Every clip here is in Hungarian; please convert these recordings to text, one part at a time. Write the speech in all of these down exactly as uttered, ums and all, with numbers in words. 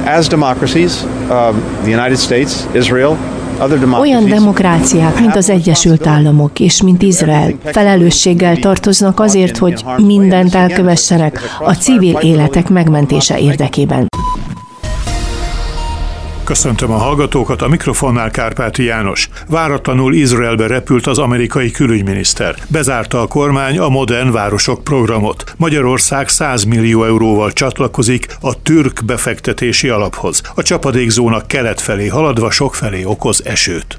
As democracies, uh, the United States, Israel, olyan demokráciák, mint az Egyesült Államok és mint Izrael felelősséggel tartoznak azért, hogy mindent elkövessenek a civil életek megmentése érdekében. Köszöntöm a hallgatókat, a mikrofonnál Kárpáti János. Váratlanul Izraelbe repült az amerikai külügyminiszter. Bezárta a kormány a Modern Városok programot. Magyarország száz millió euróval csatlakozik a türk befektetési alaphoz. A csapadékzóna kelet felé haladva sokfelé okoz esőt.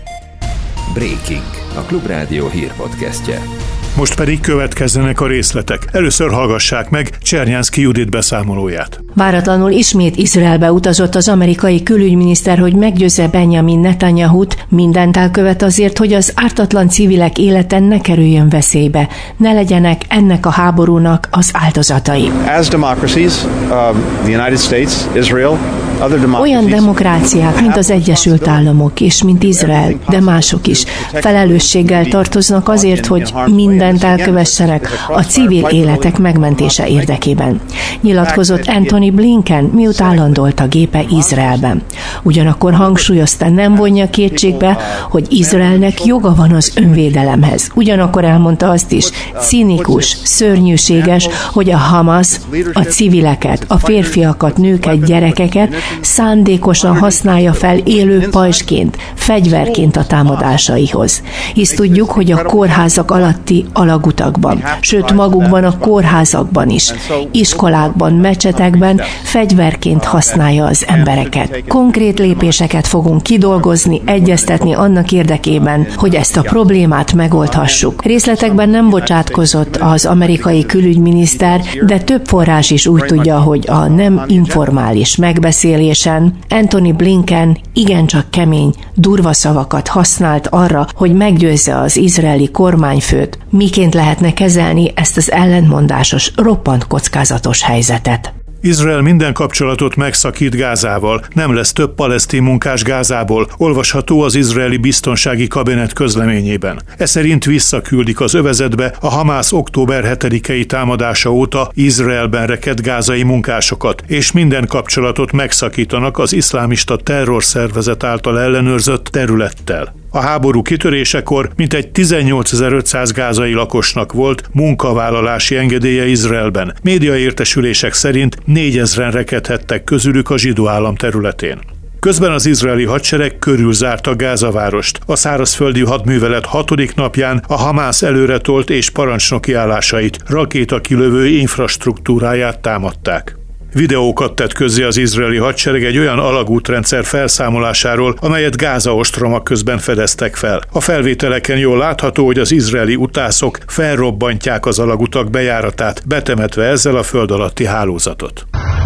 Breaking, a Klubrádió hírpodcastje. Most pedig következzenek a részletek. Először hallgassák meg Csernyánszky Judit beszámolóját. Váratlanul ismét Izraelbe utazott az amerikai külügyminiszter, hogy meggyőzze Benjamin Netanyahut, mindent elkövet azért, hogy az ártatlan civilek élete ne kerüljön veszélybe, ne legyenek ennek a háborúnak az áldozatai. As democracies, uh, the United States, Israel, olyan demokráciák, mint az Egyesült Államok és mint Izrael, de mások is felelősséggel tartoznak azért, hogy mindent elkövessenek a civil életek megmentése érdekében. Nyilatkozott Antony Blinken, miután landolt a gépe Izraelben. Ugyanakkor hangsúlyozta, nem vonja kétségbe, hogy Izraelnek joga van az önvédelemhez. Ugyanakkor elmondta azt is, cinikus, szörnyűséges, hogy a Hamas a civileket, a férfiakat, nőket, gyerekeket szándékosan használja fel élő pajzsként, fegyverként a támadásaihoz. Hisz tudjuk, hogy a kórházak alatti alagutakban, sőt magukban a kórházakban is, iskolákban, mecsetekben fegyverként használja az embereket. Konkrét lépéseket fogunk kidolgozni, egyeztetni annak érdekében, hogy ezt a problémát megoldhassuk. Részletekben nem bocsátkozott az amerikai külügyminiszter, de több forrás is úgy tudja, hogy a nem informális megbeszélésen Antony Blinken igencsak kemény, durva szavakat használt arra, hogy meggyőzze az izraeli kormányfőt, miként lehetne kezelni ezt az ellentmondásos, roppant kockázatos helyzetet. Izrael minden kapcsolatot megszakít Gázával, nem lesz több palesztin munkás Gázából, olvasható az izraeli biztonsági kabinet közleményében. E szerint visszaküldik az övezetbe a Hamász október hetedikei támadása óta Izraelben rekedt gázai munkásokat, és minden kapcsolatot megszakítanak az iszlámista terrorszervezet által ellenőrzött területtel. A háború kitörésekor mintegy tizennyolcezer-ötszáz gázai lakosnak volt munkavállalási engedélye Izraelben. Médiaértesülések szerint négyezren rekedhettek közülük a zsidó állam területén. Közben az izraeli hadsereg körülzárta Gázavárost. A szárazföldi hadművelet hatodik napján a Hamász előretolt és parancsnoki állásait, rakétakilövő infrastruktúráját támadták. Videókat tett közzé az izraeli hadsereg egy olyan alagútrendszer felszámolásáról, amelyet Gáza ostroma közben fedeztek fel. A felvételeken jól látható, hogy az izraeli utászok felrobbantják az alagutak bejáratát, betemetve ezzel a föld alatti hálózatot.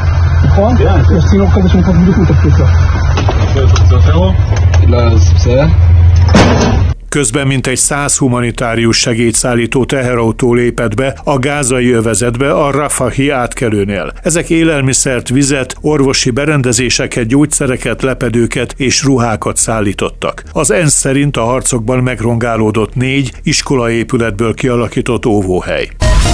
Közben mintegy száz humanitárius segédszállító teherautó lépett be a gázai övezetbe a Rafahi átkelőnél. Ezek élelmiszert, vizet, orvosi berendezéseket, gyógyszereket, lepedőket és ruhákat szállítottak. Az ENSZ szerint a harcokban megrongálódott négy iskolaépületből kialakított óvóhely.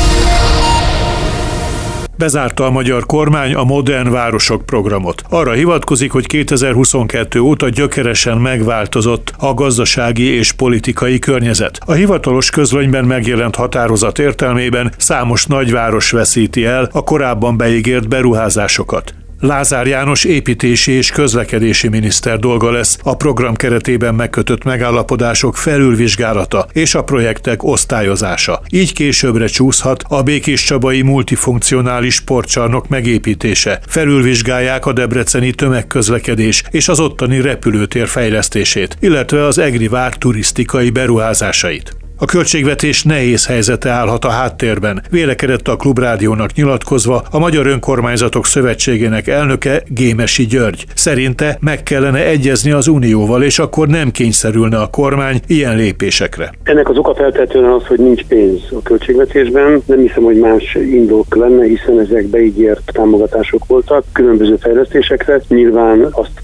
Bezárta a magyar kormány a Modern Városok programot. Arra hivatkozik, hogy kétezer-huszonkettő óta gyökeresen megváltozott a gazdasági és politikai környezet. A hivatalos közlönyben megjelent határozat értelmében számos nagyváros veszíti el a korábban beígért beruházásokat. Lázár János építési és közlekedési miniszter dolga lesz a program keretében megkötött megállapodások felülvizsgálata és a projektek osztályozása. Így későbbre csúszhat a békéscsabai multifunkcionális sportcsarnok megépítése. Felülvizsgálják a debreceni tömegközlekedés és az ottani repülőtér fejlesztését, illetve az egri vár turisztikai beruházásait. A költségvetés nehéz helyzete állhat a háttérben, vélekedett a Klubrádiónak nyilatkozva a Magyar Önkormányzatok Szövetségének elnöke, Gémesi György. Szerinte meg kellene egyezni az Unióval, és akkor nem kényszerülne a kormány ilyen lépésekre. Ennek az oka feltétlenül az, hogy nincs pénz a költségvetésben. Nem hiszem, hogy más indok lenne, hiszen ezek beígért támogatások voltak különböző fejlesztésekre. Nyilván azt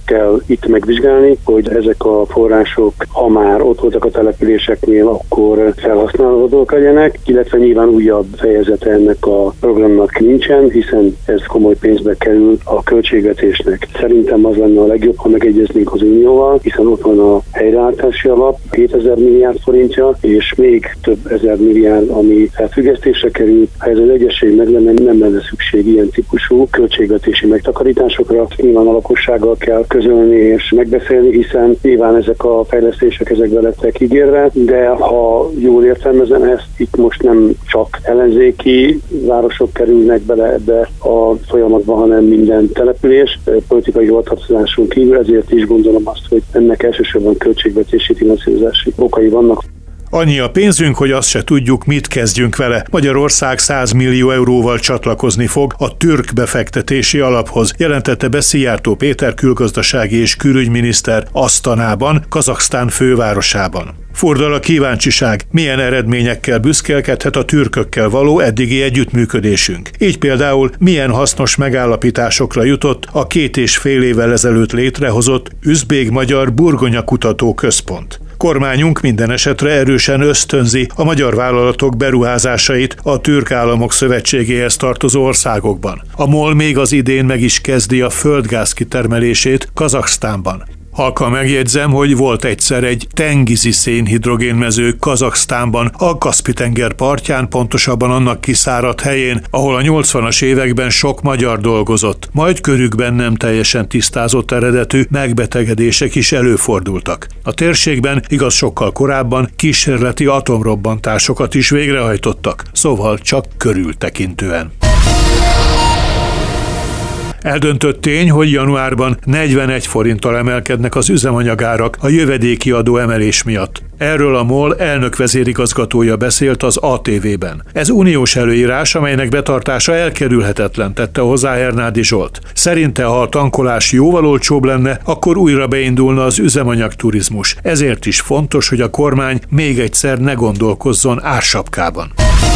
kell itt megvizsgálni, hogy ezek a források, ha már ott voltak a településeknél, akkor felhasználhatók legyenek, illetve nyilván újabb fejezete ennek a programnak nincsen, hiszen ez komoly pénzbe kerül a költségvetésnek. Szerintem az lenne a legjobb, ha megegyeznénk az Unióval, hiszen ott van a helyreállítási alap, hétezer milliárd forintja, és még több ezer milliárd, ami felfüggesztésre kerül. Ha ez az egyesség meg lenne, nem lenne szükség ilyen típusú költségvetési megtakarításokra. Nyilván a lakossággal kell közölni és megbeszélni, hiszen nyilván ezek a fejlesztések ezekbe lettek ígérve, de ha jól értelmezem ezt, itt most nem csak ellenzéki városok kerülnek bele ebbe a folyamatba, hanem minden település politikai hivatalozáson kívül, ezért is gondolom azt, hogy ennek elsősorban költségvetési finanszírozási okai vannak. Annyi a pénzünk, hogy azt se tudjuk, mit kezdjünk vele. Magyarország száz millió euróval csatlakozni fog a türk befektetési alaphoz, jelentette be Szijjártó Péter külgazdasági és külügyminiszter Asztanában, Kazaksztán fővárosában. Fordul a kíváncsiság, milyen eredményekkel büszkélkedhet a türkökkel való eddigi együttműködésünk. Így például milyen hasznos megállapításokra jutott a két és fél évvel ezelőtt létrehozott üzbég-magyar burgonyakutató központ. Kormányunk minden esetre erősen ösztönzi a magyar vállalatok beruházásait a Türk Államok Szövetségéhez tartozó országokban. A MOL még az idén meg is kezdi a földgáz kitermelését Kazaksztánban. Halkan megjegyzem, hogy volt egyszer egy tengizi szénhidrogénmező Kazaksztánban, a Kaszpi-tenger partján, pontosabban annak kiszáradt helyén, ahol a nyolcvanas években sok magyar dolgozott, majd körükben nem teljesen tisztázott eredetű megbetegedések is előfordultak. A térségben, igaz sokkal korábban, kísérleti atomrobbantásokat is végrehajtottak, szóval csak körültekintően. Eldöntött tény, hogy januárban negyvenegy forinttal emelkednek az üzemanyagárak a jövedéki adó emelés miatt. Erről a MOL elnök vezérigazgatója beszélt az á té vében. Ez uniós előírás, amelynek betartása elkerülhetetlen, tette hozzá Hernádi Zsolt. Szerinte, ha a tankolás jóval olcsóbb lenne, akkor újra beindulna az üzemanyagturizmus. Ezért is fontos, hogy a kormány még egyszer ne gondolkozzon ársapkában.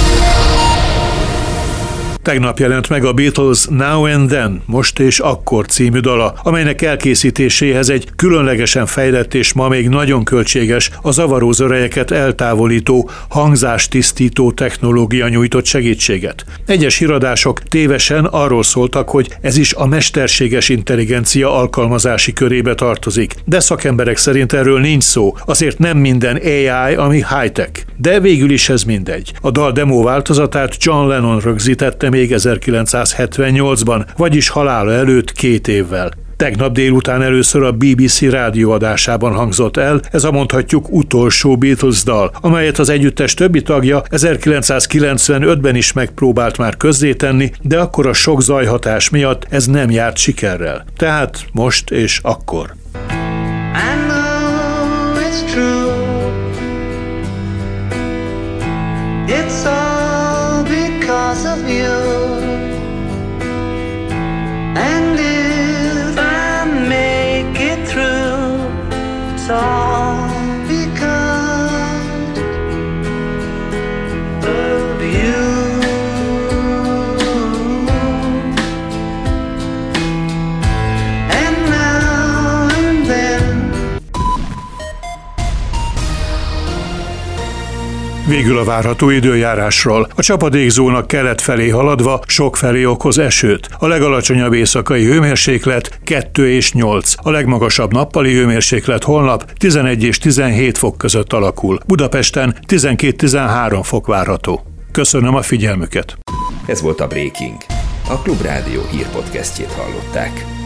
Tegnap jelent meg a Beatles Now and Then, Most és Akkor című dala, amelynek elkészítéséhez egy különlegesen fejlett és ma még nagyon költséges, a zavaró zörejeket eltávolító, hangzástisztító technológia nyújtott segítséget. Egyes híradások tévesen arról szóltak, hogy ez is a mesterséges intelligencia alkalmazási körébe tartozik, de szakemberek szerint erről nincs szó, azért nem minden á i, ami high-tech. De végül is ez mindegy. A dal demo változatát John Lennon rögzítette még ezerkilencszázhetvennyolcban, vagyis halála előtt két évvel. Tegnap délután először a bé bé cé rádióadásában hangzott el, ez a mondhatjuk utolsó Beatles dal, amelyet az együttes többi tagja ezerkilencszázkilencvenötben is megpróbált már közzétenni, de akkor a sok zajhatás miatt ez nem járt sikerrel. Tehát most és akkor. I know it's true. It's all because of you. And if I make it through, it's all because of you. And now and then. Végül a várható időjárásról. A csapadékzóna kelet felé haladva sok felé okoz esőt. A legalacsonyabb éjszakai hőmérséklet kettő és nyolc. A legmagasabb nappali hőmérséklet holnap tizenegy és tizenhét fok között alakul. Budapesten tizenkét-tizenhárom fok várható. Köszönöm a figyelmüket. Ez volt a Breaking. A Klubrádió hírpodcastjét hallották.